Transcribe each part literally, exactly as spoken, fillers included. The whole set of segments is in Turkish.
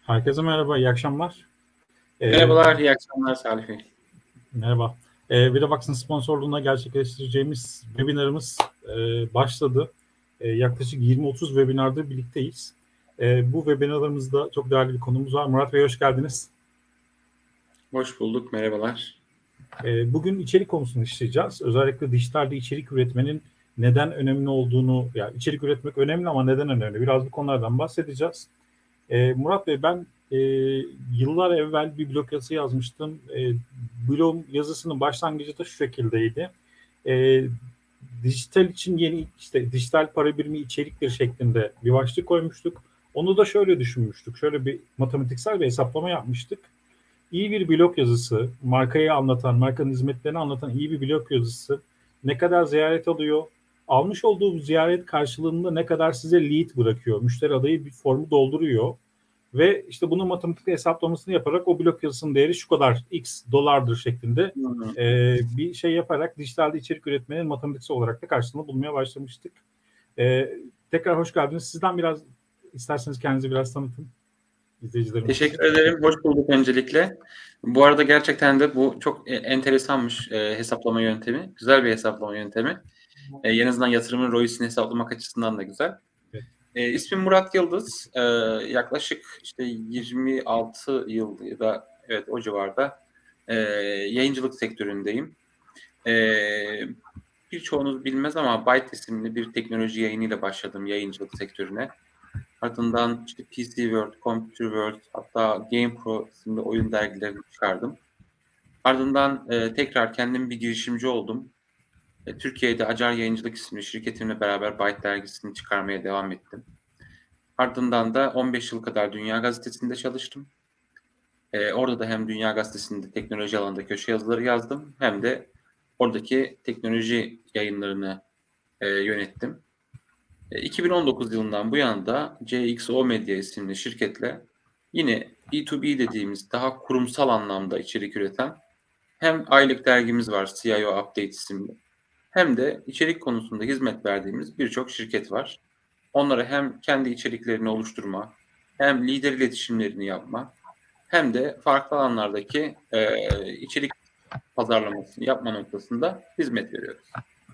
Herkese merhaba, iyi akşamlar. Ee, Merhabalar, iyi akşamlar Salih Bey. merhaba. Ee, Vidabox'ın sponsorluğunda gerçekleştireceğimiz webinarımız e, başladı. E, yaklaşık yirmi otuz webinardır birlikteyiz. E, bu webinarımızda çok değerli bir konumuz var. Murat Bey hoş geldiniz. Hoş bulduk, merhabalar. E, bugün içerik konusunu işleyeceğiz. Özellikle dijitalde içerik üretmenin neden önemli olduğunu, yani içerik üretmek önemli ama neden önemli? Biraz bu konulardan bahsedeceğiz. E, Murat Bey ben e, yıllar evvel bir blog yazısı yazmıştım. E, blog yazısının başlangıcı da şu şekildeydi. E, dijital için yeni işte dijital para birimi içeriktir şeklinde bir başlık koymuştuk. Onu da şöyle düşünmüştük. Şöyle bir matematiksel bir hesaplama yapmıştık. İyi bir blog yazısı, markayı anlatan, markanın hizmetlerini anlatan iyi bir blog yazısı ne kadar ziyaret alıyor, almış olduğu bu ziyaret karşılığında ne kadar size lead bırakıyor, müşteri adayı bir formu dolduruyor ve işte bunun matematik hesaplamasını yaparak o blog yazısının değeri şu kadar x dolardır şeklinde Hmm. e, bir şey yaparak dijitalde içerik üretmenin matematiksel olarak da karşılığını bulmaya başlamıştık. E, tekrar hoş geldiniz. Sizden biraz isterseniz kendinizi biraz tanıtın izleyicilerimiz için. Teşekkür ederim, hoş bulduk öncelikle. Bu arada gerçekten de bu çok e, enteresanmış e, hesaplama yöntemi. Güzel bir hesaplama yöntemi. E, en azından yatırımın R O I'sini hesaplamak açısından da güzel. Evet. E, ismim Murat Yıldız. E, yaklaşık işte yirmi altı yıl ya da evet o civarda e, yayıncılık sektöründeyim. E, birçoğunuz bilmez ama Byte isimli bir teknoloji yayınıyla başladım yayıncılık sektörüne. Ardından işte P C World, Computer World, hatta GamePro isimli oyun dergilerini çıkardım. Ardından e, tekrar kendim bir girişimci oldum. E, Türkiye'de Acar Yayıncılık isimli şirketimle beraber Byte dergisini çıkarmaya devam ettim. Ardından da on beş yıl kadar Dünya Gazetesi'nde çalıştım. E, orada da hem Dünya Gazetesi'nde teknoloji alanında köşe yazıları yazdım, hem de oradaki teknoloji yayınlarını e, yönettim. iki bin on dokuz yılından bu yana da C X O Medya isimli şirketle yine B iki B dediğimiz daha kurumsal anlamda içerik üreten hem aylık dergimiz var C I O Update isimli, hem de içerik konusunda hizmet verdiğimiz birçok şirket var. Onlara hem kendi içeriklerini oluşturma, hem lider iletişimlerini yapma, hem de farklı alanlardaki e, içerik pazarlamasını yapma noktasında hizmet veriyoruz.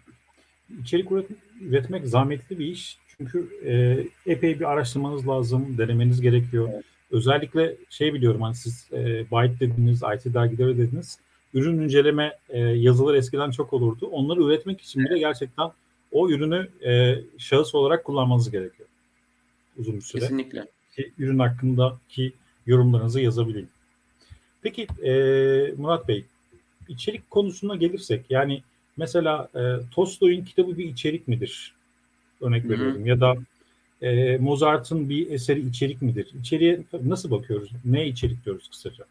İçerik üret- üretmek zahmetli bir iş. Çünkü e, epey bir araştırmanız lazım, denemeniz gerekiyor. Evet. Özellikle şey biliyorum hani siz e, Byte dediniz, I T dergileri dediniz. Ürün inceleme e, yazıları eskiden çok olurdu. Onları üretmek için bile gerçekten o ürünü e, şahıs olarak kullanmanız gerekiyor. Uzun bir süre. Kesinlikle. Ki ürün hakkındaki yorumlarınızı yazabileyim. Peki e, Murat Bey, içerik konusuna gelirsek yani mesela e, Tolstoy'un kitabı bir içerik midir? Örnek Hı hı. veriyorum. Ya da e, Mozart'ın bir eseri içerik midir? İçeriğe nasıl bakıyoruz? Ne içerik diyoruz kısaca?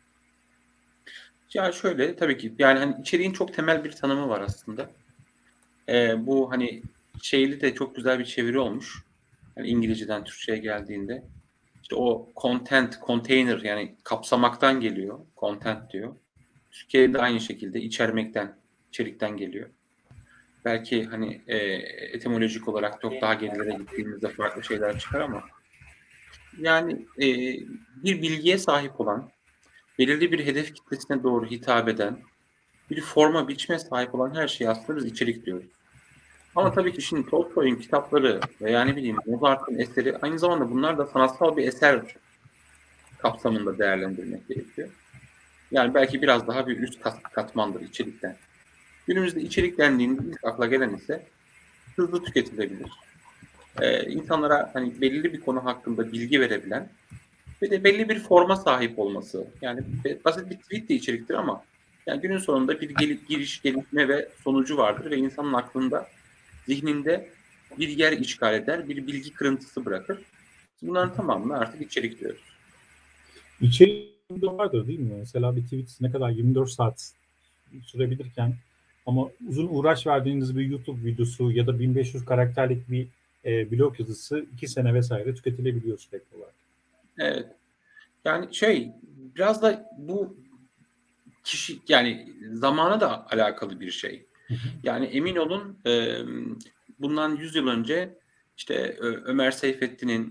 Ya şöyle, tabii ki yani hani içeriğin çok temel bir tanımı var aslında. Ee, bu hani şeyli de çok güzel bir çeviri olmuş. Yani İngilizceden Türkçe'ye geldiğinde. İşte o content, container yani kapsamaktan geliyor. Content diyor. Türkiye'de aynı şekilde içermekten, içerikten geliyor. Belki hani e, etimolojik olarak çok daha gerilere gittiğimizde farklı şeyler çıkar ama yani e, bir bilgiye sahip olan, belirli bir hedef kitlesine doğru hitap eden, bir forma, biçime sahip olan her şeyi aslında biz içerik diyoruz. Ama tabii ki şimdi Tolstoy'un kitapları veya ne bileyim Mozart'ın eseri aynı zamanda bunlar da sanatsal bir eser kapsamında değerlendirmek gerekiyor. Yani belki biraz daha bir üst kat, katmandır içerikten. Günümüzde içerik dendiğinde ilk akla gelen ise hızlı tüketilebilir. Ee, insanlara hani belirli bir konu hakkında bilgi verebilen ve de belli bir forma sahip olması. Yani basit bir tweet de içeriktir ama yani günün sonunda bir gel- giriş, gelişme ve sonucu vardır ve insanın aklında, zihninde bir yer işgal eder, bir bilgi kırıntısı bırakır. Bunların tamamını artık içerik diyoruz. İçerik de vardır değil mi? Mesela bir tweet ne kadar yirmi dört saat sürebilirken ama uzun uğraş verdiğiniz bir YouTube videosu ya da bin beş yüz karakterlik bir e, blog yazısı iki sene vesaire tüketilebiliyor sürekli olarak. Evet. Yani şey biraz da bu kişi yani zamana da alakalı bir şey. Hı hı. Yani emin olun e, bundan yüz yıl önce işte Ö- Ömer Seyfettin'in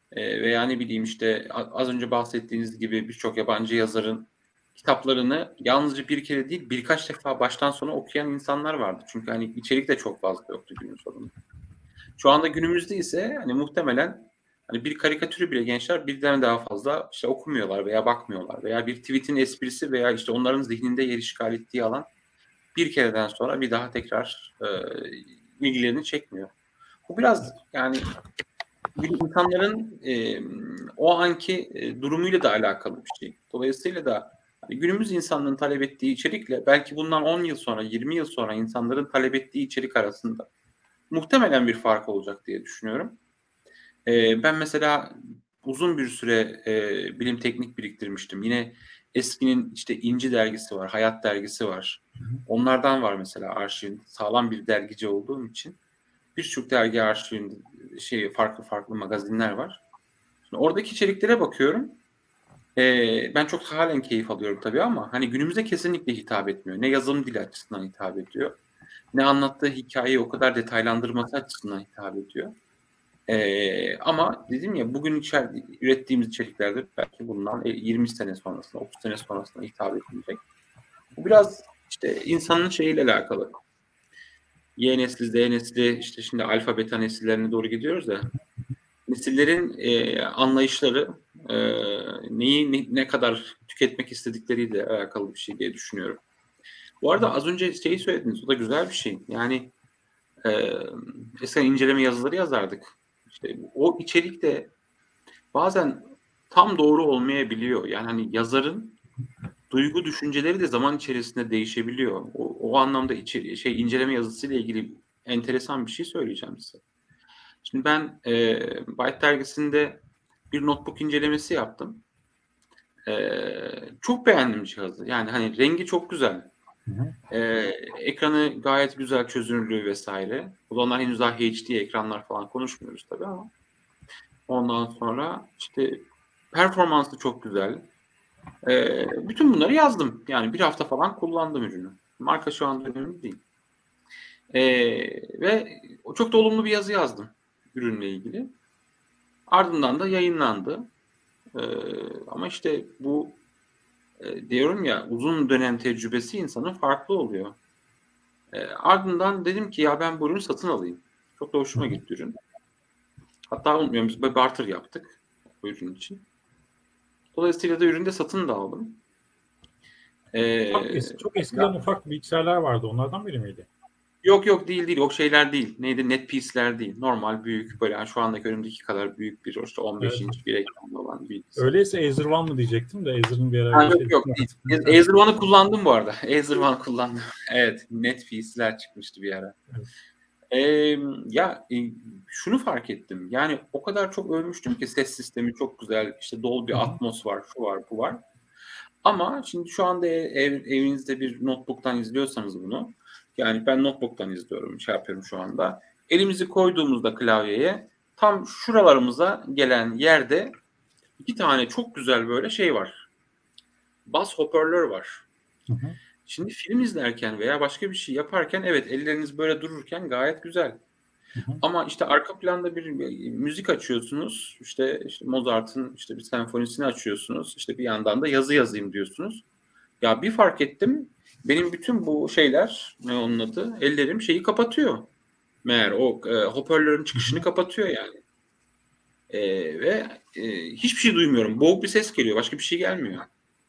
e, veya ne bileyim işte az önce bahsettiğiniz gibi birçok yabancı yazarın kitaplarını yalnızca bir kere değil birkaç defa baştan sona okuyan insanlar vardı. Çünkü hani içerik de çok fazla yoktu günün sonunda. Şu anda günümüzde ise hani muhtemelen hani bir karikatürü bile gençler birden daha fazla işte okumuyorlar veya bakmıyorlar veya bir tweetin esprisi veya işte onların zihninde yer işgal ettiği alan bir kereden sonra bir daha tekrar e, ilgilerini çekmiyor. Bu biraz yani insanların e, o anki e, durumuyla da alakalı bir şey. Dolayısıyla da hani günümüz insanların talep ettiği içerikle belki bundan on yıl sonra, yirmi yıl sonra insanların talep ettiği içerik arasında muhtemelen bir fark olacak diye düşünüyorum. E, ben mesela uzun bir süre e, bilim teknik biriktirmiştim. Yine eskinin işte İnci dergisi var, Hayat dergisi var. Onlardan var mesela arşivin. Sağlam bir dergici olduğum için birçok dergi arşivinde şey farklı farklı magazinler var. Şimdi oradaki içeriklere bakıyorum. Ee, ben çok halen keyif alıyorum tabii ama hani günümüze kesinlikle hitap etmiyor. Ne yazılım dili açısından hitap ediyor. Ne anlattığı hikayeyi o kadar detaylandırması açısından hitap ediyor. Ee, ama dedim ya bugün içer, ürettiğimiz içeriklerde belki bundan yirmi sene sonrasında, otuz sene sonrasında hitap etmeyecek. Bu biraz işte insanın şeyiyle alakalı. Y nesli, Z nesli, işte şimdi alfa beta nesillerine doğru gidiyoruz da nesillerin e, anlayışları e, neyi ne, ne kadar tüketmek istedikleriyle alakalı bir şey diye düşünüyorum. Bu arada az önce şeyi söylediniz, o da güzel bir şey. Yani e, eskiden inceleme yazıları yazardık. İşte o içerik de bazen tam doğru olmayabiliyor. Yani hani yazarın duygu düşünceleri de zaman içerisinde değişebiliyor. O, o anlamda içeri, şey inceleme yazısıyla ilgili enteresan bir şey söyleyeceğim size. Şimdi ben e, Byte dergisinde bir notebook incelemesi yaptım. E, çok beğendim cihazı. Yani hani rengi çok güzel. Hı hı. E, ekranı gayet güzel, çözünürlüğü vesaire. O zamanlar henüz daha H D ekranlar falan konuşmuyoruz tabii ama. Ondan sonra işte performansı çok güzel. E, bütün bunları yazdım. Yani bir hafta falan kullandım ürünü. Marka şu anda önemli değil. E, ve çok da olumlu bir yazı yazdım ürünle ilgili. Ardından da yayınlandı. Ee, ama işte bu e, diyorum ya uzun dönem tecrübesi insanın farklı oluyor. E, ardından dedim ki ya ben bu ürünü satın alayım. Çok da hoşuma gitti ürün. Hatta unutmuyorum biz bir barter yaptık bu ürün için. Dolayısıyla da ürünü de satın da aldım. Ufak, E, es- çok eskiden ufak bilgisayarlar vardı. Onlardan biri miydi? yok yok değil değil o şeyler değil. Neydi net piece'ler değil. Normal büyük böyle yani şu andaki önümdeki kadar büyük bir işte on beş Evet. inç bir ekranlı olan bir bilgisayar. Öyleyse Acer One mı diyecektim de Acer'ın bir ara Ha, öyle yok şey yok değil. Acer One'ı kullandım bu arada. Acer One kullandım. Evet, net piece'ler çıkmıştı bir ara. Evet. Ee, ya e, şunu fark ettim. Yani o kadar çok övmüştüm ki ses sistemi çok güzel. İşte Dolby Atmos var, şu var, bu var. Ama şimdi şu anda ev, evinizde bir notebook'tan izliyorsanız bunu, yani ben notebook'tan izliyorum, şey yapıyorum şu anda. Elimizi koyduğumuzda klavyeye tam şuralarımıza gelen yerde iki tane çok güzel böyle şey var. Bas hoparlör var. Hı hı. Şimdi film izlerken veya başka bir şey yaparken evet elleriniz böyle dururken gayet güzel. Hı hı. Ama işte arka planda bir, bir müzik açıyorsunuz. İşte, işte Mozart'ın işte bir senfonisini açıyorsunuz. İşte bir yandan da yazı yazayım diyorsunuz. Ya bir fark ettim. Benim bütün bu şeyler ne onun adı? Ellerim şeyi kapatıyor. Meğer o e, hoparlörün çıkışını kapatıyor yani. E, ve e, hiçbir şey duymuyorum. Boğuk bir ses geliyor. Başka bir şey gelmiyor.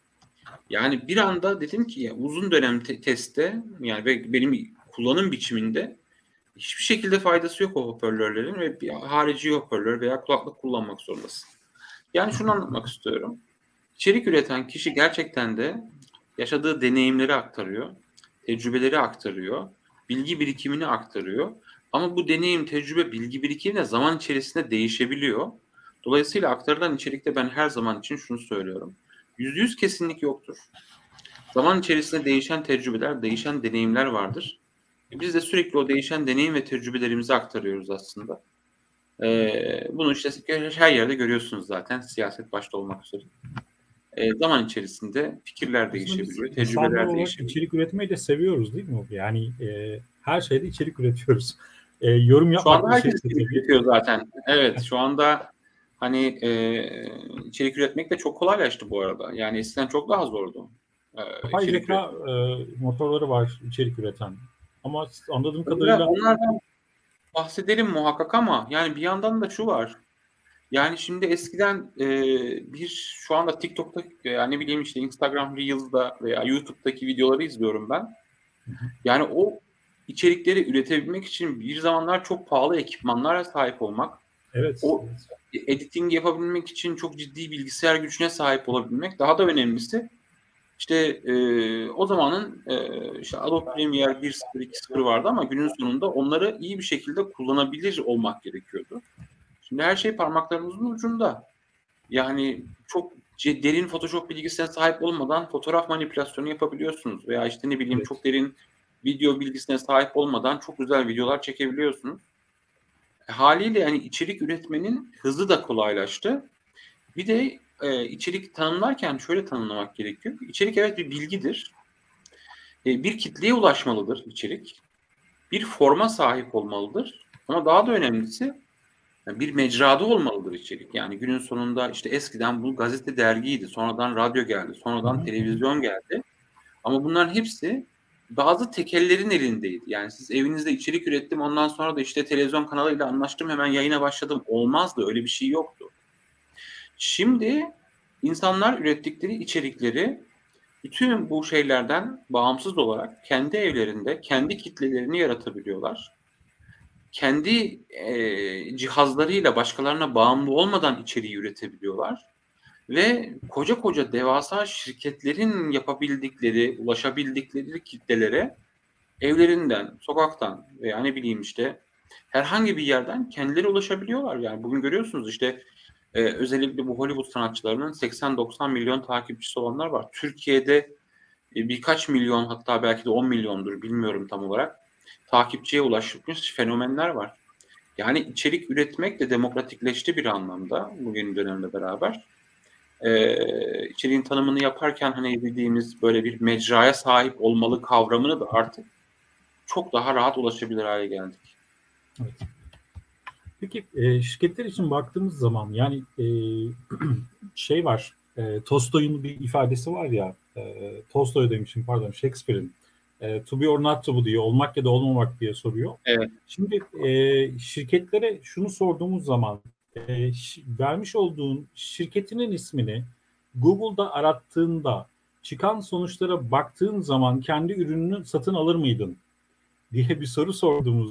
Yani bir anda dedim ki ya, uzun dönem te- testte yani ve benim kullanım biçiminde hiçbir şekilde faydası yok o hoparlörlerin ve bir harici hoparlör veya kulaklık kullanmak zorundasın. Yani şunu anlatmak istiyorum. İçerik üreten kişi gerçekten de yaşadığı deneyimleri aktarıyor, tecrübeleri aktarıyor, bilgi birikimini aktarıyor. Ama bu deneyim, tecrübe, bilgi birikimi de zaman içerisinde değişebiliyor. Dolayısıyla aktarılan içerikte ben her zaman için şunu söylüyorum. Yüzde yüz kesinlik yoktur. Zaman içerisinde değişen tecrübeler, değişen deneyimler vardır. Biz de sürekli o değişen deneyim ve tecrübelerimizi aktarıyoruz aslında. Ee, bunu işte her yerde görüyorsunuz zaten, siyaset başta olmak üzere. Ee, zaman içerisinde fikirler Aslında biz değişebiliyor, insanlar tecrübeler olarak değişebiliyor. içerik üretmeyi de seviyoruz değil mi? Yani e, her şeyde içerik üretiyoruz. E, yorum Şu yapmak anda dışarıda herkes içerik tabii. üretiyor zaten. Evet, şu anda Hani e, içerik üretmek de çok kolaylaştı bu arada. Yani eskiden çok daha zordu e, Yapay içerik zeka üretmek. e, motorları var içerik üreten. Ama anladığım Onlar, kadarıyla onlardan bahsedelim muhakkak ama yani bir yandan da şu var. Yani şimdi eskiden e, bir şu anda TikTok'ta veya ne bileyim işte Instagram Reels'da veya YouTube'daki videoları izliyorum ben. Yani o içerikleri üretebilmek için bir zamanlar çok pahalı ekipmanlara sahip olmak, evet, o evet. editing yapabilmek için çok ciddi bilgisayar gücüne sahip olabilmek, daha da önemlisi işte e, o zamanın e, işte Adobe Premiere bir nokta sıfır iki nokta sıfır vardı ama günün sonunda onları iyi bir şekilde kullanabilir olmak gerekiyordu. Şimdi her şey parmaklarımızın ucunda. Yani çok ce- derin Photoshop bilgisine sahip olmadan fotoğraf manipülasyonu yapabiliyorsunuz veya işte ne bileyim Evet. çok derin video bilgisine sahip olmadan çok güzel videolar çekebiliyorsunuz. E, haliyle yani içerik üretmenin hızı da kolaylaştı. Bir de e, içerik tanımlarken şöyle tanımlamak gerekiyor. İçerik evet bir bilgidir. E, bir kitleye ulaşmalıdır içerik. Bir forma sahip olmalıdır. Ama daha da önemlisi yani bir mecrada olmalıdır içerik. Yani günün sonunda işte eskiden bu gazete dergiydi. Sonradan radyo geldi. Hı Sonradan hı. televizyon geldi. Ama bunların hepsi bazı tekellerin elindeydi. Yani siz evinizde içerik ürettim ondan sonra da işte televizyon kanalıyla anlaştım hemen yayına başladım. Olmazdı. Öyle bir şey yoktu. Şimdi insanlar ürettikleri içerikleri bütün bu şeylerden bağımsız olarak kendi evlerinde kendi kitlelerini yaratabiliyorlar. Kendi e, cihazlarıyla başkalarına bağımlı olmadan içeriği üretebiliyorlar. Ve koca koca devasa şirketlerin yapabildikleri, ulaşabildikleri kitlelere evlerinden, sokaktan veya ne bileyim işte herhangi bir yerden kendileri ulaşabiliyorlar. Yani bugün görüyorsunuz işte e, özellikle bu Hollywood sanatçılarının seksen doksan milyon takipçisi olanlar var. Türkiye'de e, birkaç milyon hatta belki de on milyondur bilmiyorum tam olarak takipçiye ulaşmış fenomenler var. Yani içerik üretmek de demokratikleşti bir anlamda bugün dönemle beraber. Ee, içeriğin tanımını yaparken hani dediğimiz böyle bir mecraya sahip olmalı kavramını da artık çok daha rahat ulaşabilir hale geldik. Evet. Peki e, şirketler için baktığımız zaman yani e, şey var, e, Tolstoy'un bir ifadesi var ya, e, Tolstoy demişim pardon, Shakespeare'in e, to be or not to be diyor, olmak ya da olmamak diye soruyor. Evet. Şimdi e, şirketlere şunu sorduğumuz zaman e, vermiş olduğun şirketinin ismini Google'da arattığında çıkan sonuçlara baktığın zaman kendi ürününü satın alır mıydın diye bir soru sorduğumuz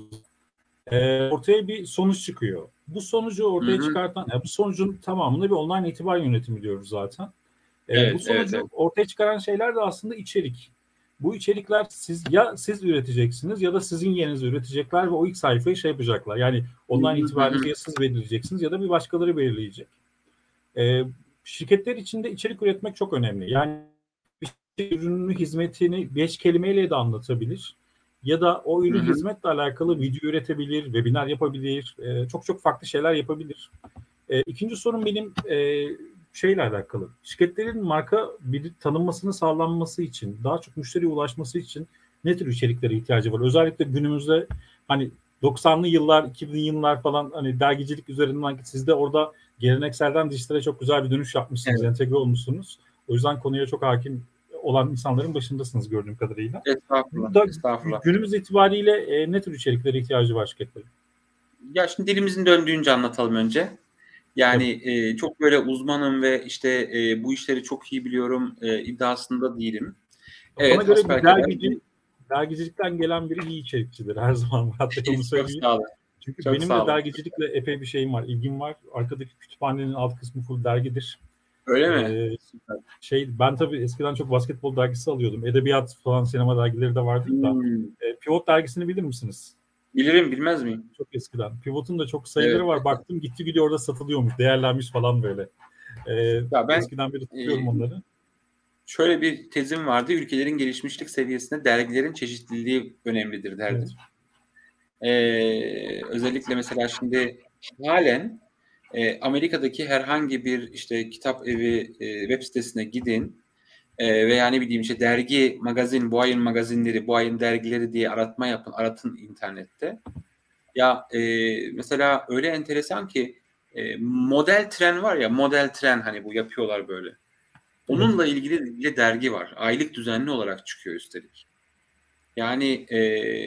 e, ortaya bir sonuç çıkıyor. Bu sonucu Hı ortaya hı. çıkartan, yani bu sonucun tamamını bir online itibar yönetimi diyoruz zaten. E, bu Evet, evet, evet. sonucu ortaya çıkaran şeyler de aslında içerik. Bu içerikler siz ya siz üreteceksiniz ya da sizin yerinize üretecekler ve o ilk sayfayı şey yapacaklar. Yani Hı online hı, hı hı. itibarınızı ya siz belirleyeceksiniz ya da bir başkaları belirleyecek. E, Şirketler içinde içerik üretmek çok önemli. Yani bir şey, ürününü, hizmetini beş kelimeyle de anlatabilir. Ya da o Hı ürün hı. hizmetle alakalı video üretebilir, webinar yapabilir, e, çok çok farklı şeyler yapabilir. E, ikinci sorun benim e, şeyle alakalı. Şirketlerin marka bir tanınmasını sağlanması için, daha çok müşteriye ulaşması için ne tür içeriklere ihtiyacı var? Özellikle günümüzde hani doksanlı yıllar, iki binli yıllar falan hani dergicilik üzerinden siz de orada gelenekselden dijitale çok güzel bir dönüş yapmışsınız, Evet. entegre olmuşsunuz. O yüzden konuya çok hakim olan insanların başındasınız gördüğüm kadarıyla. Estağfurullah, Burada estağfurullah. günümüz itibariyle e, ne tür içeriklere ihtiyacı var şirketlerin? Ya şimdi dilimizin döndüğünce anlatalım önce. Tabii. Yani e, çok böyle uzmanım ve işte e, bu işleri çok iyi biliyorum e, iddiasında değilim. Bana Evet, göre bir hasbelkader. dergici, dergicilikten gelen biri iyi içerikçidir her zaman. Hatta onu Çok söyleyeyim. sağ olun. Çünkü Çok benim sağ de olun. dergicilikle epey bir şeyim var, ilgim var. Arkadaki kütüphanenin alt kısmı full dergidir. Öyle mi? Ee, Süper. şey ben tabii eskiden çok basketbol dergisi alıyordum. Edebiyat falan, sinema dergileri de vardır da. Hmm. Ee, Pivot dergisini bilir misiniz? Bilirim, bilmez miyim? Çok eskiden. Pivot'un da çok Evet. sayıları var. Baktım gitti gidiyor orada satılıyormuş. Değerlenmiş falan böyle. Ee, Ya ben eskiden beri e, tutuyorum onları. şöyle bir tezim vardı. Ülkelerin gelişmişlik seviyesinde dergilerin çeşitliliği önemlidir Evet. derdim. Ee, özellikle mesela şimdi halen e, Amerika'daki herhangi bir işte kitap evi e, web sitesine gidin e, veya ne bileyim işte dergi, magazin, bu ayın magazinleri, bu ayın dergileri diye aratma yapın, aratın internette. Ya e, mesela öyle enteresan ki E, model tren var ya, model tren hani bu yapıyorlar böyle. Onunla ilgili bir dergi var. Aylık düzenli olarak çıkıyor üstelik. Yani e,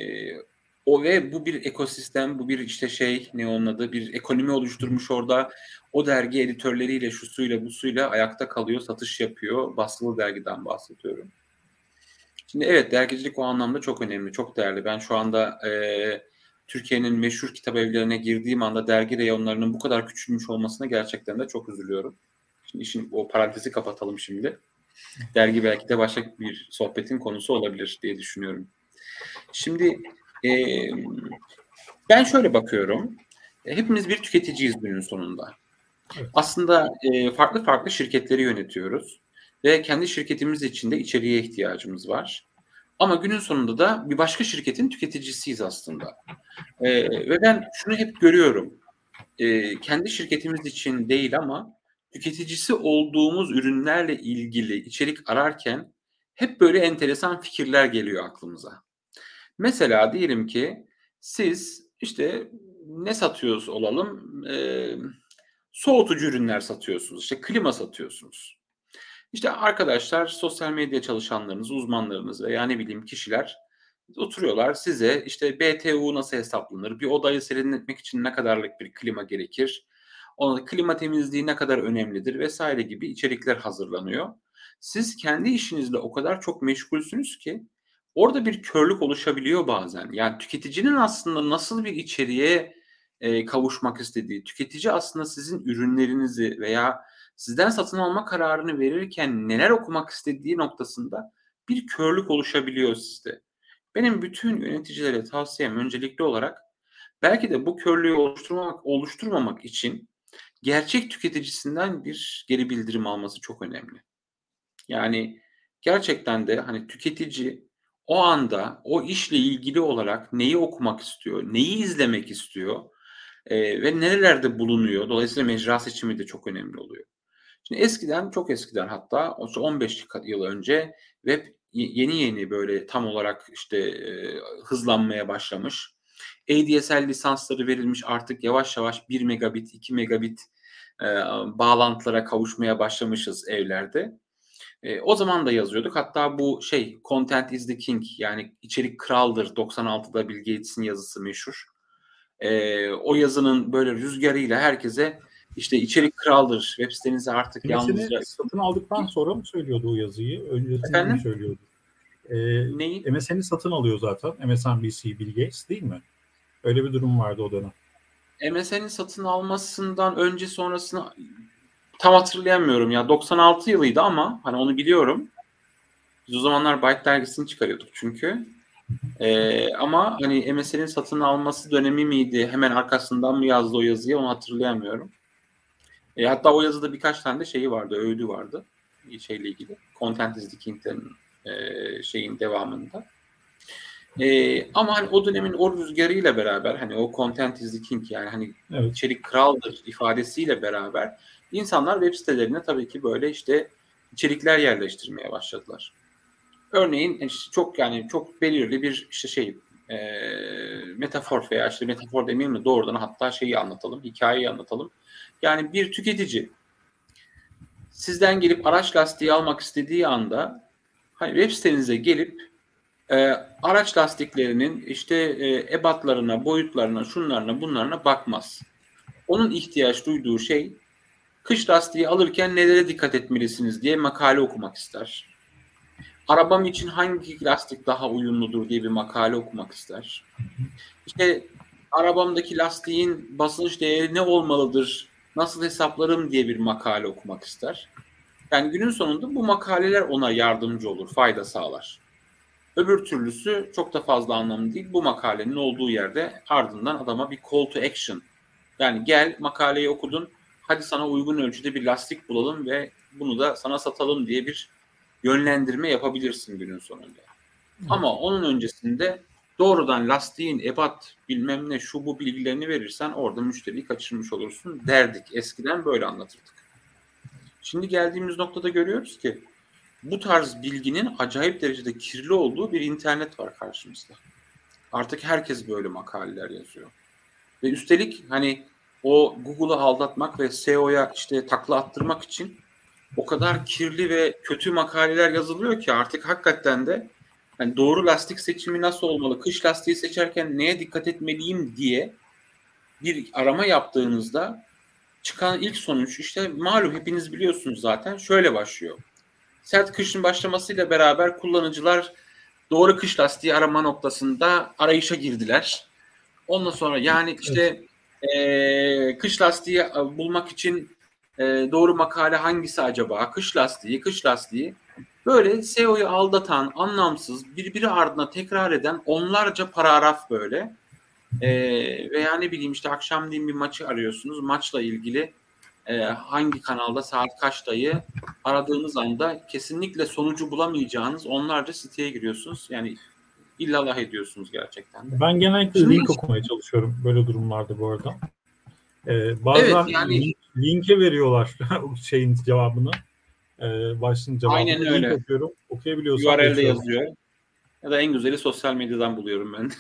o ve bu bir ekosistem, bu bir işte şey ne onun adı, bir ekonomi oluşturmuş orada. O dergi editörleriyle, şusuyla, busuyla ayakta kalıyor, satış yapıyor. Basılı dergiden bahsediyorum. Şimdi evet, dergicilik o anlamda çok önemli, çok değerli. Ben şu anda e, Türkiye'nin meşhur kitap evlerine girdiğim anda dergi reyonlarının bu kadar küçülmüş olmasına gerçekten de çok üzülüyorum. Şimdi işin o parantezi kapatalım şimdi. Dergi belki de başka bir sohbetin konusu olabilir diye düşünüyorum. Şimdi e, ben şöyle bakıyorum. Hepimiz bir tüketiciyiz günün sonunda. Evet. Aslında e, farklı farklı şirketleri yönetiyoruz ve kendi şirketimiz için de içeriğe ihtiyacımız var. Ama günün sonunda da bir başka şirketin tüketicisiyiz aslında. E, ve ben şunu hep görüyorum. E, kendi şirketimiz için değil ama tüketicisi olduğumuz ürünlerle ilgili içerik ararken hep böyle enteresan fikirler geliyor aklımıza. Mesela diyelim ki siz işte ne satıyoruz olalım? Ee, soğutucu ürünler satıyorsunuz. İşte klima satıyorsunuz. İşte arkadaşlar, sosyal medya çalışanlarınız, uzmanlarınız veya ne bileyim kişiler oturuyorlar size işte B T U nasıl hesaplanır? Bir odayı serinletmek için ne kadarlık bir klima gerekir? Ona klima temizliği ne kadar önemlidir vesaire gibi içerikler hazırlanıyor. Siz kendi işinizle o kadar çok meşgulsünüz ki orada bir körlük oluşabiliyor bazen. Yani tüketicinin aslında nasıl bir içeriğe e, kavuşmak istediği, tüketici aslında sizin ürünlerinizi veya sizden satın alma kararını verirken neler okumak istediği noktasında bir körlük oluşabiliyor sizde. Benim bütün yöneticilere tavsiyem öncelikli olarak belki de bu körlüğü oluşturmamak, oluşturmamak için gerçek tüketicisinden bir geri bildirim alması çok önemli. Yani gerçekten de hani tüketici o anda o işle ilgili olarak neyi okumak istiyor, neyi izlemek istiyor e, ve nerelerde bulunuyor. Dolayısıyla mecra seçimi de çok önemli oluyor. Şimdi eskiden, çok eskiden, hatta on beş yıl önce web yeni yeni böyle tam olarak işte e, hızlanmaya başlamış. A D S L lisansları verilmiş, artık yavaş yavaş bir megabit, iki megabit e, bağlantılara kavuşmaya başlamışız evlerde. E, o zaman da yazıyorduk. Hatta bu şey "Content is the King", yani içerik kraldır, doksan altıda Bill Gates'in yazısı meşhur. E, o yazının böyle rüzgarıyla herkese işte içerik kraldır, web sitenizi artık M S N'i yalnızca... satın aldıktan sonra mı söylüyordu o yazıyı? Öncesinde mi Efendim? söylüyordu? Neyi? Ee, M S N'i satın alıyor zaten. M S N B C, Bill Gates değil mi? Öyle bir durum vardı o dönem. M S N'in satın almasından önce sonrasını tam hatırlayamıyorum ya. doksan altı yılıydı ama hani onu biliyorum. Biz o zamanlar Byte dergisini çıkarıyorduk çünkü. Ee, ama hani M S N'in satın alması dönemi miydi? Hemen arkasından mı yazdı o yazıyı, onu hatırlayamıyorum. E, hatta o yazıda birkaç tane de şeyi vardı, öğüdü vardı şeyle ilgili. Content is the King'den e, şeyin devamında. E, ama hani o dönemin o rüzgarıyla beraber, hani o "Content is the King", yani hani Evet. içerik kraldır ifadesiyle beraber insanlar web sitelerine tabii ki böyle işte içerikler yerleştirmeye başladılar. Örneğin işte çok yani çok belirli bir işte şey e, metafor veya işte metafor demeyeyim mi, doğrudan hatta şeyi anlatalım, hikayeyi anlatalım. Yani bir tüketici sizden gelip araç lastiği almak istediği anda hani web sitenize gelip e, araç lastiklerinin işte e, ebatlarına, boyutlarına, şunlarına, bunlarına bakmaz. Onun ihtiyaç duyduğu şey, kış lastiği alırken nelere dikkat etmelisiniz diye makale okumak ister. Arabam için hangi lastik daha uyumludur diye bir makale okumak ister. İşte arabamdaki lastiğin basınç değeri ne olmalıdır, nasıl hesaplarım diye bir makale okumak ister. Yani günün sonunda bu makaleler ona yardımcı olur, fayda sağlar. Öbür türlüsü çok da fazla anlamlı değil. Bu makalenin olduğu yerde ardından adama bir call to action. Yani gel, makaleyi okudun, hadi sana uygun ölçüde bir lastik bulalım ve bunu da sana satalım diye bir yönlendirme yapabilirsin günün sonunda. Ama onun öncesinde doğrudan lastiğin ebat bilmem ne şu bu bilgilerini verirsen orada müşteriyi kaçırmış olursun derdik. Eskiden böyle anlatırdık. Şimdi geldiğimiz noktada görüyoruz ki bu tarz bilginin acayip derecede kirli olduğu bir internet var karşımızda. Artık herkes böyle makaleler yazıyor. Ve üstelik hani o Google'ı aldatmak ve S E O'ya işte takla attırmak için o kadar kirli ve kötü makaleler yazılıyor ki artık hakikaten de yani doğru lastik seçimi nasıl olmalı, kış lastiği seçerken neye dikkat etmeliyim diye bir arama yaptığınızda çıkan ilk sonuç işte malum hepiniz biliyorsunuz zaten şöyle başlıyor. Sert kışın başlamasıyla beraber kullanıcılar doğru kış lastiği arama noktasında arayışa girdiler. Ondan sonra yani Evet. işte e, kış lastiği bulmak için e, doğru makale hangisi acaba? Kış lastiği, kış lastiği. Böyle S E O'yu aldatan, anlamsız, birbiri ardına tekrar eden onlarca paragraf böyle. E, veya ne bileyim işte akşamleyin bir maçı arıyorsunuz. Maçla ilgili e, hangi kanalda saat kaçtayı aradığınız anda kesinlikle sonucu bulamayacağınız onlarca siteye giriyorsunuz. Yani illallah ediyorsunuz gerçekten de. Ben genellikle Şimdi link okumaya çalışıyorum böyle durumlarda bu arada. Ee, evet bazen yani link, linke veriyorlar şeyin cevabını, e, başlığın aynen cevabını. Link öyle. okuyorum. Okuyabiliyorsam U R L'de geçiyorum. yazıyor. Ya da en güzeli sosyal medyadan buluyorum ben.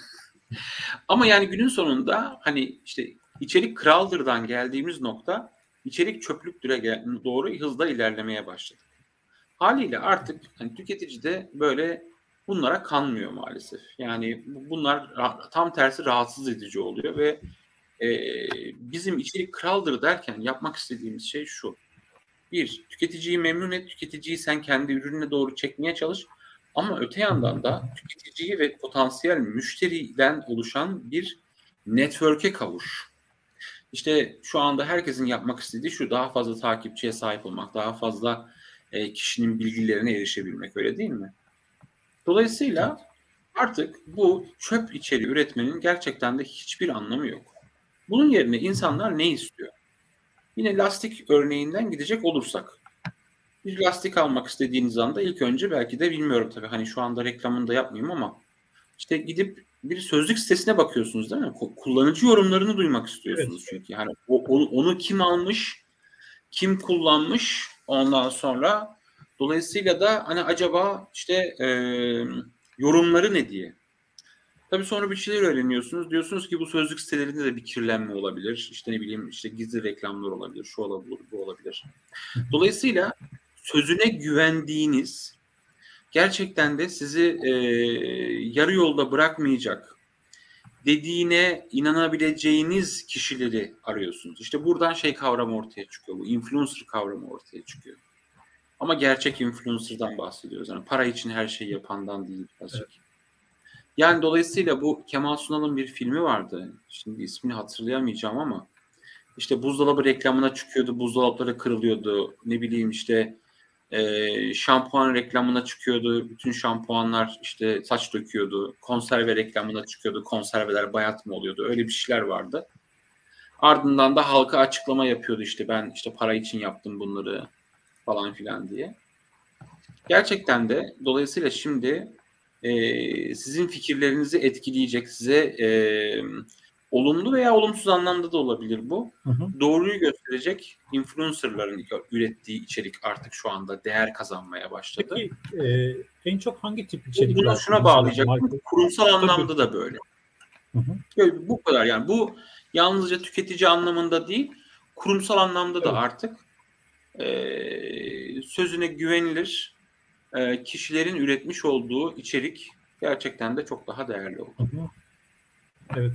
Ama yani günün sonunda hani işte içerik kraldırdan geldiğimiz nokta içerik çöplüktüre doğru hızla ilerlemeye başladı. Haliyle artık hani tüketici de böyle bunlara kanmıyor maalesef. Yani bunlar tam tersi rahatsız edici oluyor ve e, bizim içerik kraldır derken yapmak istediğimiz şey şu. Bir, tüketiciyi memnun et, tüketiciyi sen kendi ürününe doğru çekmeye çalış. Ama öte yandan da tüketiciyi ve potansiyel müşteriden oluşan bir network'e kavuş. İşte şu anda herkesin yapmak istediği şu, daha fazla takipçiye sahip olmak, daha fazla e, kişinin bilgilerine erişebilmek, öyle değil mi? Evet. Dolayısıyla artık bu çöp içeriği üretmenin gerçekten de hiçbir anlamı yok. Bunun yerine insanlar ne istiyor? Yine lastik örneğinden gidecek olursak, bir lastik almak istediğiniz anda ilk önce belki de bilmiyorum tabii hani şu anda reklamını da yapmayayım ama işte gidip bir sözlük sitesine bakıyorsunuz değil mi? Kullanıcı yorumlarını duymak Evet. istiyorsunuz çünkü. Yani o, onu, onu kim almış, kim kullanmış ondan sonra dolayısıyla da hani acaba işte e, yorumları ne diye. Tabii sonra bir şeyler öğreniyorsunuz. Diyorsunuz ki bu sözlük sitelerinde de bir kirlenme olabilir. İşte ne bileyim işte gizli reklamlar olabilir. Şu olabilir, bu olabilir. Dolayısıyla sözüne güvendiğiniz, gerçekten de sizi e, yarı yolda bırakmayacak, dediğine inanabileceğiniz kişileri arıyorsunuz. İşte buradan şey kavramı ortaya çıkıyor. Bu influencer kavramı ortaya çıkıyor. Ama gerçek influencer'dan bahsediyoruz. Yani para için her şeyi yapandan değil Evet. birazcık. Yani dolayısıyla bu Kemal Sunal'ın bir filmi vardı. Şimdi ismini hatırlayamayacağım ama işte buzdolabı reklamına çıkıyordu. Buzdolapları kırılıyordu. Ne bileyim işte e, şampuan reklamına çıkıyordu. Bütün şampuanlar işte saç döküyordu. Konserve reklamına çıkıyordu. Konserveler bayat mı oluyordu? Öyle bir şeyler vardı. Ardından da halka açıklama yapıyordu işte ben işte para için yaptım bunları falan filan diye. Gerçekten de dolayısıyla şimdi e, sizin fikirlerinizi etkileyecek, size e, olumlu veya olumsuz anlamda da olabilir bu. Hı hı. Doğruyu gösterecek influencerların ürettiği içerik artık şu anda değer kazanmaya başladı. Peki e, en çok hangi tip Bu, bunu içerikler şuna mesela bağlayacaktım. marka? Kurumsal Tabii. anlamda da böyle. Hı hı. Böyle bu kadar yani bu yalnızca tüketici anlamında değil, kurumsal anlamda da Evet. artık e, sözüne güvenilir e, kişilerin üretmiş olduğu içerik gerçekten de çok daha değerli oldu. Hı hı. Evet.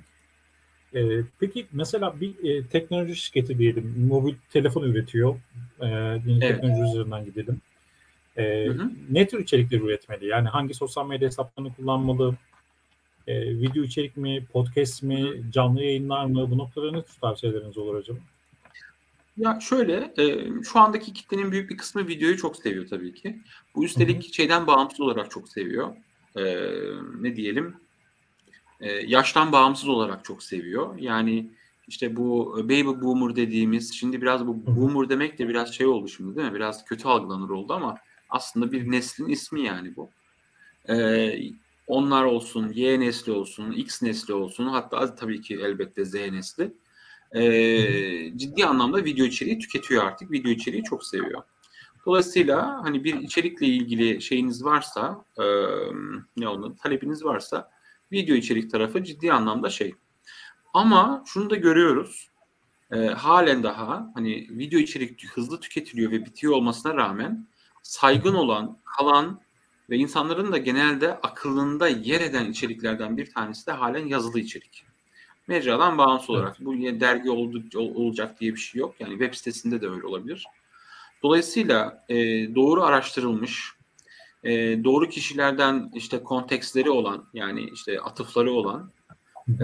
E, peki mesela bir e, teknoloji şirketi diyelim, mobil telefon üretiyor. E, yine Evet. teknoloji üzerinden gidelim. Hı E, hı. ne tür içerikler üretmeli? Yani hangi sosyal medya hesaplarını kullanmalı? E, video içerik mi, podcast Hı mi, hı. canlı yayınlar mı? Bu noktada ne tür tavsiyeleriniz olur acaba? Ya şöyle, e, şu andaki kitlenin büyük bir kısmı videoyu çok seviyor tabii ki. Bu Hı hı. üstelik şeyden bağımsız olarak çok seviyor. E, ne diyelim? E, yaştan bağımsız olarak çok seviyor. Yani işte bu baby boomer dediğimiz, şimdi biraz bu Hı hı. boomer demek de biraz şey oldu şimdi değil mi? Biraz kötü algılanır oldu ama aslında bir neslin ismi yani bu. E, onlar olsun, Y nesli olsun, X nesli olsun, hatta tabii ki elbette Z nesli. Hı hı. E, ciddi anlamda video içeriği tüketiyor artık. Video içeriği çok seviyor. Dolayısıyla hani bir içerikle ilgili şeyiniz varsa, e, ne olur, talebiniz varsa video içerik tarafı ciddi anlamda şey. Ama şunu da görüyoruz. e, halen daha hani video içerik hızlı tüketiliyor ve bitiyor olmasına rağmen saygın olan, kalan ve insanların da genelde akılında yer eden içeriklerden bir tanesi de halen yazılı içerik. Mecradan bağımsız Evet. olarak. Bu dergi oldu, olacak diye bir şey yok. Yani web sitesinde de öyle olabilir. Dolayısıyla e, doğru araştırılmış, e, doğru kişilerden işte kontekstleri olan, yani işte atıfları olan, e,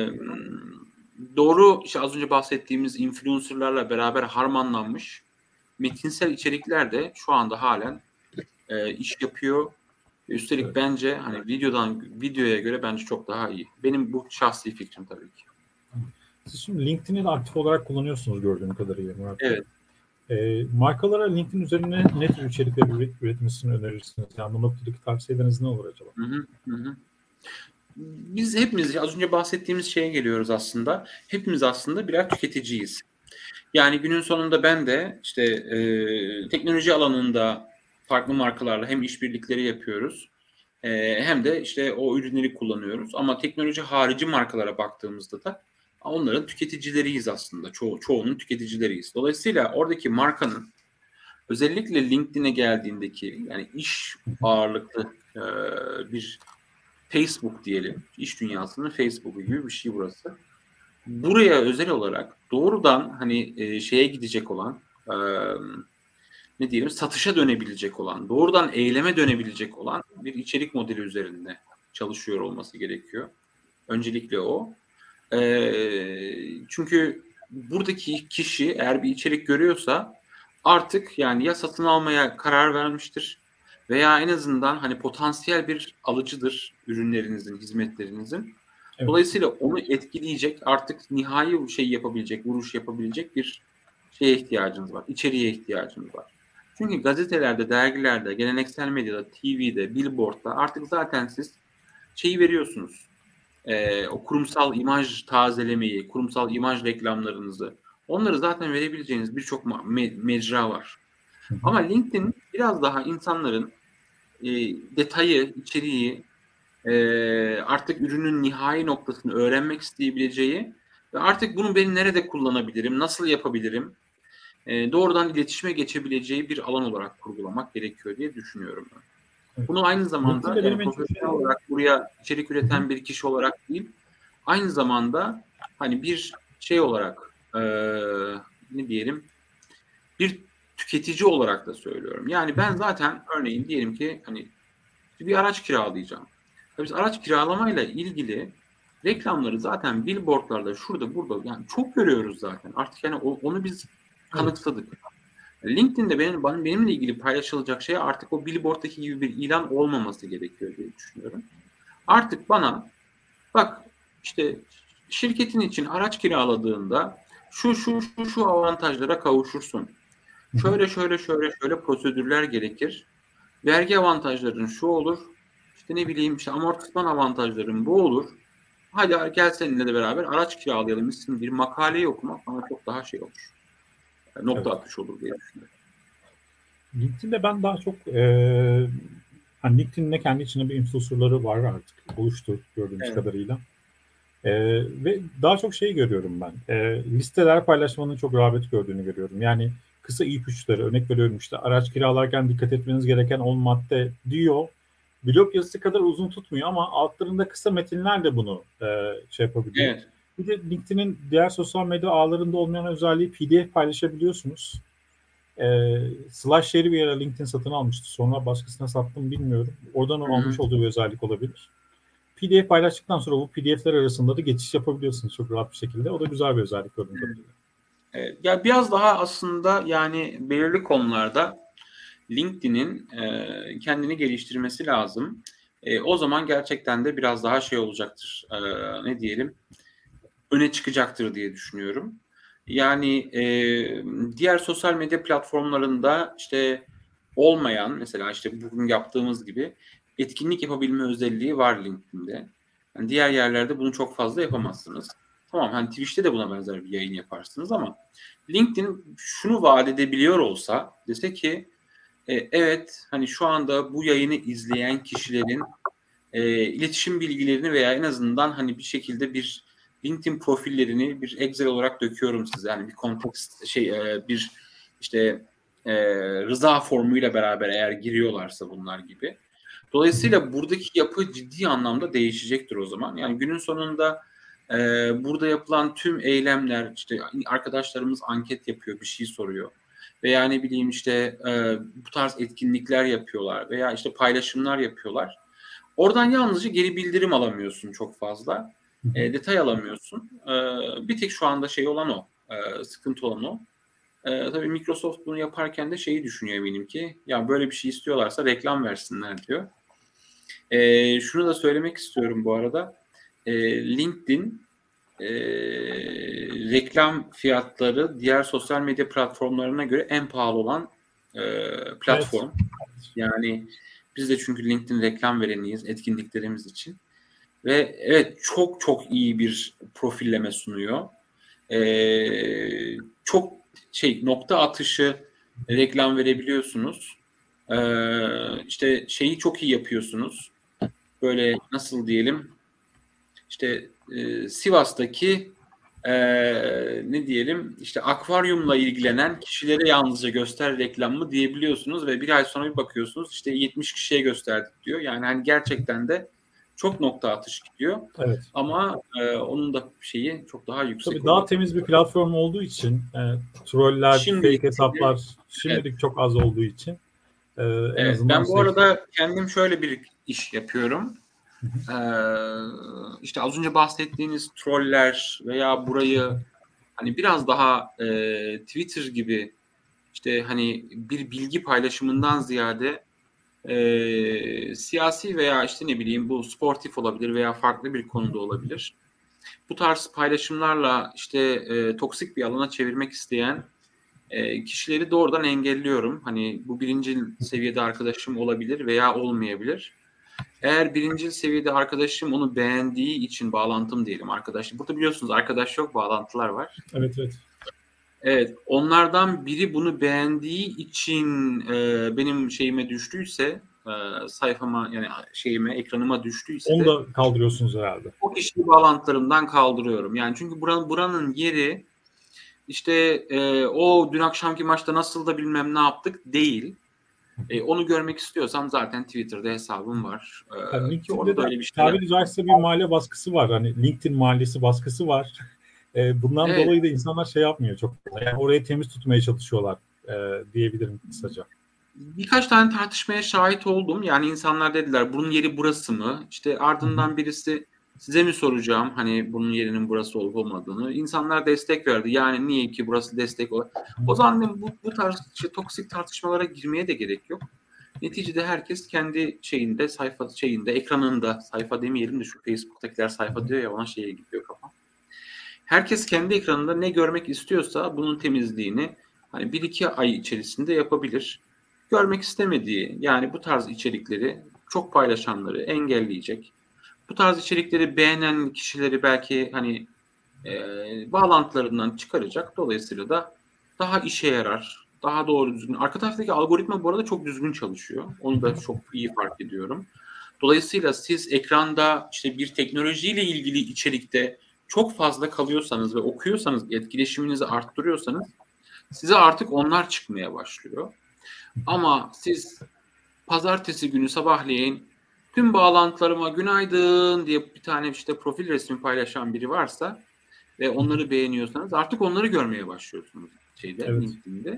doğru işte az önce bahsettiğimiz influencerlarla beraber harmanlanmış metinsel içerikler de şu anda halen e, iş yapıyor. Üstelik Evet. bence hani videodan videoya göre bence çok daha iyi. Benim bu şahsi fikrim tabii ki. Siz şimdi LinkedIn'i de aktif olarak kullanıyorsunuz gördüğüm kadarıyla Murat Bey. Evet. E, markalara LinkedIn üzerine ne tür içerikler üret- üretmesini önerirsiniz? Yani bu noktadaki tavsiyeleriniz ne olur acaba? Hı hı, hı hı. Biz hepimiz az önce bahsettiğimiz şeye geliyoruz aslında. Hepimiz aslında birer tüketiciyiz. Yani günün sonunda ben de işte e, teknoloji alanında farklı markalarla hem işbirlikleri yapıyoruz e, hem de işte o ürünleri kullanıyoruz. Ama teknoloji harici markalara baktığımızda da onların tüketicileriyiz aslında. Ço- çoğunun tüketicileriyiz. Dolayısıyla oradaki markanın özellikle LinkedIn'e geldiğindeki yani iş ağırlıklı e, bir Facebook diyelim. İş dünyasının Facebook'u gibi bir şey burası. Buraya özel olarak doğrudan hani e, şeye gidecek olan e, ne diyelim satışa dönebilecek olan, doğrudan eyleme dönebilecek olan bir içerik modeli üzerinde çalışıyor olması gerekiyor. Öncelikle o. E, çünkü buradaki kişi eğer bir içerik görüyorsa artık yani ya satın almaya karar vermiştir veya en azından hani potansiyel bir alıcıdır ürünlerinizin, hizmetlerinizin. Evet. Dolayısıyla onu etkileyecek, artık nihai şey yapabilecek, vuruş yapabilecek bir şeye ihtiyacınız var. İçeriğe ihtiyacınız var. Çünkü gazetelerde, dergilerde, geleneksel medyada, T V'de, billboardda artık zaten siz şeyi veriyorsunuz. Ee, o kurumsal imaj tazelemeyi, kurumsal imaj reklamlarınızı. Onları zaten verebileceğiniz birçok me- mecra var. Hı hı. Ama LinkedIn biraz daha insanların e, detayı, içeriği, e, artık ürünün nihai noktasını öğrenmek isteyebileceği ve artık bunu ben nerede kullanabilirim, nasıl yapabilirim, e, doğrudan iletişime geçebileceği bir alan olarak kurgulamak gerekiyor diye düşünüyorum ben. Evet. Bunu aynı zamanda LinkedIn'de yani benim en çok profesyonel şey... olarak buraya içerik Hı hı. üreten bir kişi olarak değil, aynı zamanda hani bir şey olarak e, ne diyelim bir tüketici olarak da söylüyorum. Yani Hı ben hı. zaten örneğin diyelim ki hani bir araç kiralayacağım. Ya biz araç kiralamayla ilgili reklamları zaten billboardlarda şurada burada yani çok görüyoruz zaten. Artık yani o- onu biz Evet. kanıksadık. LinkedIn'de benim, benim benimle ilgili paylaşılacak şey artık o billboard'daki gibi bir ilan olmaması gerekiyor diye düşünüyorum. Artık bana bak işte şirketin için araç kiraladığında şu şu şu şu avantajlara kavuşursun. Hı hı. Şöyle şöyle şöyle şöyle prosedürler gerekir. Vergi avantajların şu olur. İşte ne bileyim işte amortisman avantajların bu olur. Hadi gel seninle de beraber araç kiralayalım isimli bir makaleyi okumak bana çok daha şey olur. Evet. Nokta atış olur diye düşünüyorum. LinkedIn'de ben daha çok e, hani LinkedIn'in de kendi içinde bir influencer'ları var artık. Oluştu gördüğümüz Evet. kadarıyla. E, ve daha çok şey görüyorum ben. E, listeler paylaşmanın çok rağbet gördüğünü görüyorum. Yani kısa ipuçları örnek veriyorum işte araç kiralarken dikkat etmeniz gereken on madde diyor. Blog yazısı kadar uzun tutmuyor ama altlarında kısa metinler de bunu e, şey yapabiliyor. Evet. Bir de LinkedIn'in diğer sosyal medya ağlarında olmayan özelliği P D F paylaşabiliyorsunuz. E, SlashShare bir ara LinkedIn satın almıştı. Sonra başkasına sattım bilmiyorum. Oradan Hı o almış hı. olduğu bir özellik olabilir. P D F paylaştıktan sonra bu P D F'ler arasında da geçiş yapabiliyorsunuz çok rahat bir şekilde. O da güzel bir özellik gördüğüm kadarıyla. Evet. Ya biraz daha aslında yani belirli konularda LinkedIn'in e, kendini geliştirmesi lazım. E, o zaman gerçekten de biraz daha şey olacaktır. E, ne diyelim? Öne çıkacaktır diye düşünüyorum. Yani e, diğer sosyal medya platformlarında işte olmayan mesela işte bugün yaptığımız gibi etkinlik yapabilme özelliği var LinkedIn'de. Yani diğer yerlerde bunu çok fazla yapamazsınız. Tamam hani Twitch'te de buna benzer bir yayın yaparsınız ama LinkedIn şunu vaat edebiliyor olsa dese ki e, evet hani şu anda bu yayını izleyen kişilerin e, iletişim bilgilerini veya en azından hani bir şekilde bir LinkedIn profillerini bir Excel olarak döküyorum size. Yani bir kontekst şey e, bir işte e, rıza formuyla beraber eğer giriyorlarsa bunlar gibi. Dolayısıyla buradaki yapı ciddi anlamda değişecektir o zaman. Yani günün sonunda e, burada yapılan tüm eylemler, işte arkadaşlarımız anket yapıyor, bir şey soruyor. Veya ne bileyim işte e, bu tarz etkinlikler yapıyorlar veya işte paylaşımlar yapıyorlar. Oradan yalnızca geri bildirim alamıyorsun çok fazla. E, detay alamıyorsun. E, bir tek şu anda şey olan o. E, sıkıntı olan o. E, tabii Microsoft bunu yaparken de şeyi düşünüyor eminim ki. Ya böyle bir şey istiyorlarsa reklam versinler diyor. E, şunu da söylemek istiyorum bu arada. E, LinkedIn e, reklam fiyatları diğer sosyal medya platformlarına göre en pahalı olan e, platform. Evet. Yani biz de çünkü LinkedIn reklam vereniyiz etkinliklerimiz için. Ve evet çok çok iyi bir profilleme sunuyor. Ee, çok şey nokta atışı reklam verebiliyorsunuz. Ee, işte şeyi çok iyi yapıyorsunuz. Böyle nasıl diyelim işte e, Sivas'taki e, ne diyelim işte akvaryumla ilgilenen kişilere yalnızca göster reklamı diyebiliyorsunuz ve bir ay sonra bir bakıyorsunuz işte yetmiş kişiye gösterdik diyor. Yani hani gerçekten de çok nokta atış gidiyor. Evet. Ama e, onun da şeyi çok daha yüksek Tabii daha oluyor. temiz bir platform olduğu için e, troller, Şimdilik fake hesaplar evet, şimdilik çok az olduğu için e, en evet. azından Ben bu şey. arada kendim şöyle bir iş yapıyorum. Ee, işte az önce bahsettiğiniz troller veya burayı hani biraz daha e, Twitter gibi işte hani bir bilgi paylaşımından ziyade e, siyasi veya işte ne bileyim bu sportif olabilir veya farklı bir konuda olabilir. Bu tarz paylaşımlarla işte e, toksik bir alana çevirmek isteyen e, kişileri doğrudan engelliyorum. Hani bu birinci seviyede arkadaşım olabilir veya olmayabilir. Eğer birinci seviyede arkadaşım onu beğendiği için bağlantım diyelim arkadaş. Burada biliyorsunuz arkadaş yok bağlantılar var. Evet, evet. Evet, onlardan biri bunu beğendiği için e, benim şeyime düştüyse, e, sayfama yani şeyime, ekranıma düştüyse Onu de da kaldırıyorsunuz herhalde. o kişiyi bağlantılarımdan kaldırıyorum. Yani çünkü buranın buranın yeri işte e, o dün akşamki maçta nasıl da bilmem ne yaptık değil. E, onu görmek istiyorsam zaten Twitter'da hesabım var. Yani E, ki LinkedIn'de orada de da öyle bir şeyler. tabiri caizse bir mahalle baskısı var. Hani LinkedIn mahallesi baskısı var. E, bundan Evet, dolayı da insanlar şey yapmıyor çok. Yani orayı temiz tutmaya çalışıyorlar e, diyebilirim kısaca. birkaç tane tartışmaya şahit oldum. Yani insanlar dediler bunun yeri burası mı? İşte Hı hı. ardından birisi size mi soracağım hani bunun yerinin burası olup olmadığını. İnsanlar destek verdi. Yani niye ki burası destek olur? O zaman bu, bu tarz işte, toksik tartışmalara girmeye de gerek yok. Neticede herkes kendi şeyinde, sayfa şeyinde, ekranında, sayfa demeyelim de şu Facebook'takiler sayfa diyor ya ona şeye gidiyor kafam. Herkes kendi ekranında ne görmek istiyorsa bunun temizliğini hani bir iki ay içerisinde yapabilir. Görmek istemediği yani bu tarz içerikleri çok paylaşanları engelleyecek. Bu tarz içerikleri beğenen kişileri belki hani e, bağlantılarından çıkaracak. Dolayısıyla da daha işe yarar, daha doğru düzgün. Arka taraftaki algoritma bu arada çok düzgün çalışıyor. Onu da çok iyi fark ediyorum. Dolayısıyla siz ekranda işte bir teknolojiyle ilgili içerikte çok fazla kalıyorsanız ve okuyorsanız, etkileşiminizi arttırıyorsanız size artık onlar çıkmaya başlıyor. Ama siz pazartesi günü sabahleyin tüm bağlantılarıma günaydın diye bir tane işte profil resmi paylaşan biri varsa ve onları beğeniyorsanız artık onları görmeye başlıyorsunuz şeyde Evet. LinkedIn'de.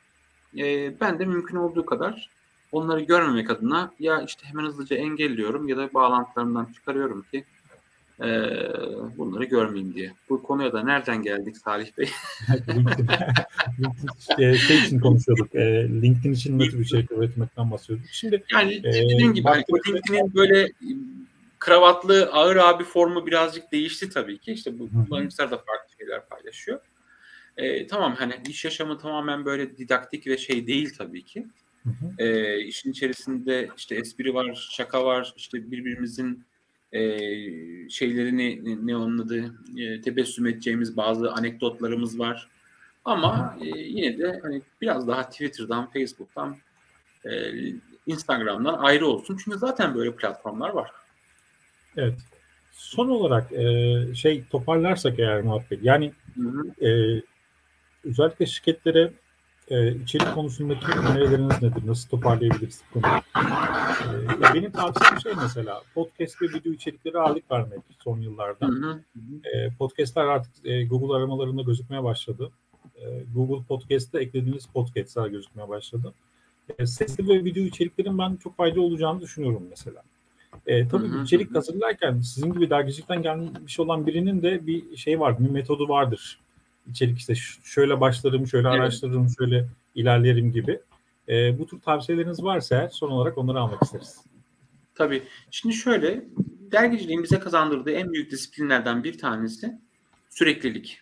Ee, ben de mümkün olduğu kadar onları görmemek adına ya işte hemen hızlıca engelliyorum ya da bağlantılarımdan çıkarıyorum ki e, bunları görmeyeyim diye. Bu konuya da nereden geldik Salih Bey? LinkedIn. LinkedIn e, şey için konuşuyorduk. E, LinkedIn için ne tür içerik üretmekten bahsediyorduk. Şimdi Yani e, dediğim gibi hani baktığımızda LinkedIn'in böyle kravatlı ağır abi formu birazcık değişti tabii ki. İşte bu hı hı, kullanıcılar da farklı şeyler paylaşıyor. E, tamam hani iş yaşamı tamamen böyle didaktik ve şey değil tabii ki. hı hı. E, işin içerisinde işte espri var, şaka var, işte birbirimizin e, şeylerini ne, ne onun adı e, tebessüm edeceğimiz bazı anekdotlarımız var. Ama e, yine de hani biraz daha Twitter'dan, Facebook'tan, e, Instagram'dan ayrı olsun. Çünkü zaten böyle platformlar var. Evet. Son olarak e, şey toparlarsak eğer muhabbet, yani Hı hı. e, özellikle şirketlere e, içerik konusundaki önerileriniz nedir? Nasıl toparlayabiliriz bu konuyu? E, ya benim tavsiyem şey mesela podcast ve video içerikleri ağırlık vermek son Hı yıllarda. hı. Hı hı. E, podcastlar artık e, Google aramalarında gözükmeye başladı. E, Google Podcast'ta eklediğiniz podcastlar gözükmeye başladı. E, sesli ve video içeriklerin ben çok faydalı olacağını düşünüyorum mesela. E, Hı tabii bir hı. Hı içerik hı. hazırlarken sizin gibi dergicilikten gelmiş olan birinin de bir şey vardır, bir metodu vardır. İçerik işte ş- şöyle başlarım, şöyle Evet. araştırırım, şöyle ilerlerim gibi. E, bu tür tavsiyeleriniz varsa eğer son olarak onları almak isteriz. Tabii. Şimdi şöyle, dergiciliğin bize kazandırdığı en büyük disiplinlerden bir tanesi süreklilik.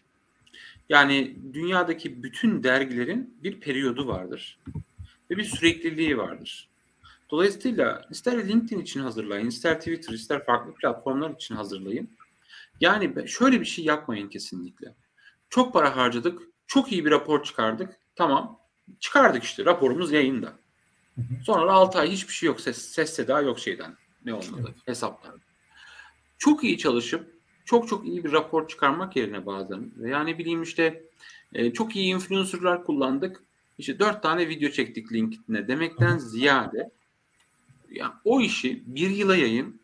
Yani dünyadaki bütün dergilerin bir periyodu vardır ve bir sürekliliği vardır. Dolayısıyla ister LinkedIn için hazırlayın, ister Twitter, ister farklı platformlar için hazırlayın. Yani şöyle bir şey yapmayın kesinlikle. Çok para harcadık, çok iyi bir rapor çıkardık. Tamam, çıkardık işte, raporumuz yayında. Hı hı. Sonra altı ay hiçbir şey yok, ses, ses seda yok şeyden. Ne olmadı? Evet. Hesaptan. Çok iyi çalışıp çok çok iyi bir rapor çıkarmak yerine bazen veya ne bileyim işte e, çok iyi influencer'lar kullandık. İşte dört tane video çektik LinkedIn'e Hı hı. demekten ziyade yani o işi bir yıla yayın,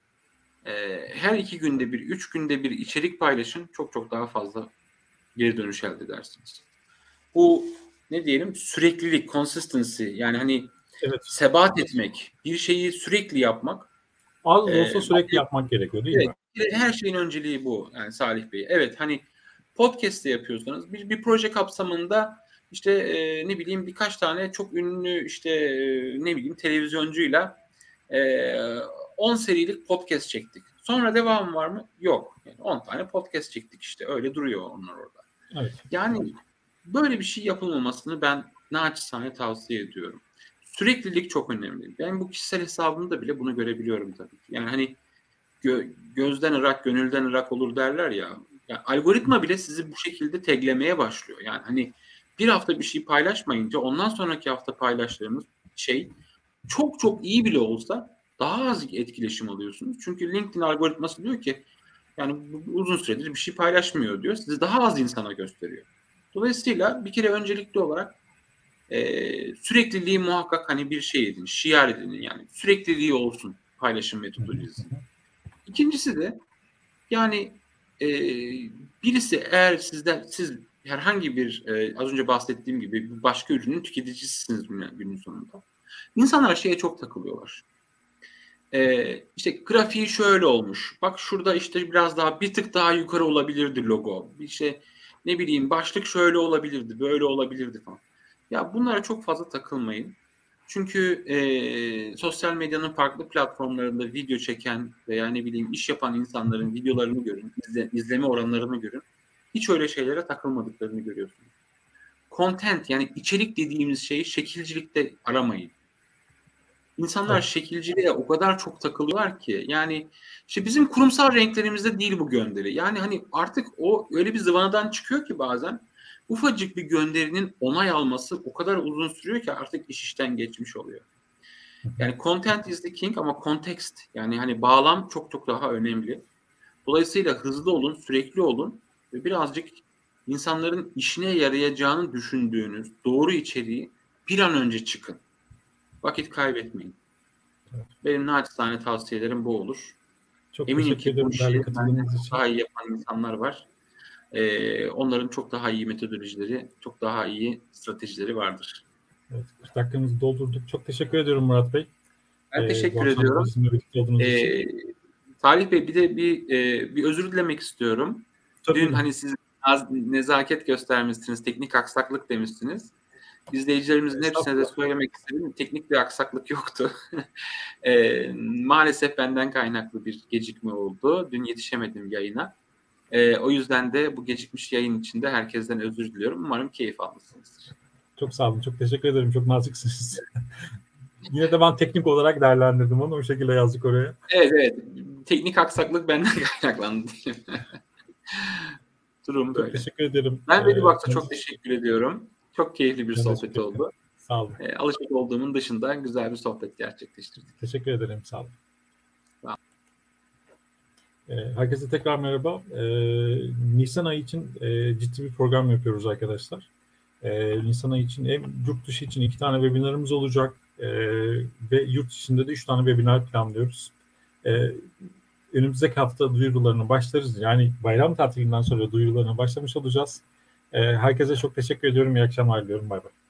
e, her iki günde bir, üç günde bir içerik paylaşın, çok çok daha fazla geri dönüş elde edersiniz. Bu ne diyelim, süreklilik, consistency, yani hani Evet. sebat etmek, bir şeyi sürekli yapmak. Az da olsa e, sürekli yapmak gerekiyor değil Evet, mi? her şeyin önceliği bu yani Salih Bey. Evet, hani podcast de yapıyorsanız bir, bir proje kapsamında işte e, ne bileyim birkaç tane çok ünlü işte e, ne bileyim televizyoncuyla e, on serilik podcast çektik. Sonra devam var mı? Yok. Yani on tane podcast çektik işte. Öyle duruyor onlar orada. Evet. Yani böyle bir şey yapılmamasını ben naçizane tavsiye ediyorum. Süreklilik çok önemli. Ben bu kişisel hesabımda bile bunu görebiliyorum tabii ki. Yani hani gö- gözden ırak, gönülden ırak olur derler ya. Yani algoritma bile sizi bu şekilde taglemeye başlıyor. Yani hani bir hafta bir şey paylaşmayınca ondan sonraki hafta paylaştığınız şey çok çok iyi bile olsa daha az etkileşim alıyorsunuz. Çünkü LinkedIn algoritması diyor ki yani uzun süredir bir şey paylaşmıyor diyor. Sizi daha az insana gösteriyor. Dolayısıyla bir kere öncelikli olarak e, sürekliliği muhakkak hani bir şey edin, şiar edinin yani sürekliliği olsun paylaşım Hı hı. metodolojisinin. İkincisi de yani e, birisi eğer sizden siz herhangi bir e, az önce bahsettiğim gibi bir başka ürünün tüketicisisiniz günün, günün sonunda. İnsanlar şeye çok takılıyorlar. E, işte grafiği şöyle olmuş. Bak şurada işte biraz daha bir tık daha yukarı olabilirdi logo. İşte ne bileyim başlık şöyle olabilirdi, böyle olabilirdi falan. Ya bunlara çok fazla takılmayın. Çünkü e, sosyal medyanın farklı platformlarında video çeken veya ne bileyim iş yapan insanların videolarını görün, izle, izleme oranlarını görün. Hiç öyle şeylere takılmadıklarını görüyorsunuz. Content yani içerik dediğimiz şeyi şekilcilikte aramayın. İnsanlar Evet. şekilciliğe o kadar çok takılıyorlar ki yani işte bizim kurumsal renklerimizde değil bu gönderi. Yani hani artık o öyle bir zıvanadan çıkıyor ki bazen ufacık bir gönderinin onay alması o kadar uzun sürüyor ki artık iş işten geçmiş oluyor. Hı hı. Yani content is the king ama context yani hani bağlam çok çok daha önemli. Dolayısıyla hızlı olun, sürekli olun ve birazcık insanların işine yarayacağını düşündüğünüz doğru içeriği bir an önce çıkın. Vakit kaybetmeyin. Evet. Benim naçizane tavsiyelerim bu olur. Çok Eminim teşekkür ki bu ederim işi değerli benden katıldığınız çok için. daha iyi yapan insanlar var. Ee, onların çok daha iyi metodolojileri, çok daha iyi stratejileri vardır. Evet, kırk dakikamızı doldurduk. Çok teşekkür ediyorum Murat Bey. Ben E, bu teşekkür akşam da ediyorum. bizimle birlikte olduğunuz için. Ee, Salih Bey bir de bir e, bir özür dilemek istiyorum. Tabii Dün buyurun. hani siz az nezaket göstermişsiniz, teknik aksaklık demişsiniz. İzleyicilerimizin hepsine de Estağfurullah. söylemek istedim. Teknik bir aksaklık yoktu. e, maalesef benden kaynaklı bir gecikme oldu. Dün yetişemedim yayına. E, o yüzden de bu gecikmiş yayın için de herkesten özür diliyorum. Umarım keyif almışsınızdır. Çok sağ olun. Çok teşekkür ederim. Çok naziksiniz. Yine de ben teknik olarak değerlendirdim onu. O şekilde yazdık oraya. Evet evet. Teknik aksaklık benden kaynaklandı. Durum Çok böyle. teşekkür ederim. Ben Ee, Medibox'a çok konuştuk. teşekkür ediyorum. Çok keyifli bir Ben de çok sohbet teşekkür ederim. oldu. Sağ olun. E, alışık olduğumun dışında güzel bir sohbet gerçekleştirdik. Teşekkür ederim. Sağ olun. E, herkese tekrar merhaba. E, Nisan ayı için e, ciddi bir program yapıyoruz arkadaşlar. E, Nisan ayı için hem yurt dışı için iki tane webinarımız olacak e, ve yurt içinde de üç tane webinar planlıyoruz. E, önümüzdeki hafta duyurularına başlarız. Yani bayram tatilinden sonra duyurularına başlamış olacağız. E, herkese çok teşekkür ediyorum. İyi akşamlar diliyorum. Bay bay.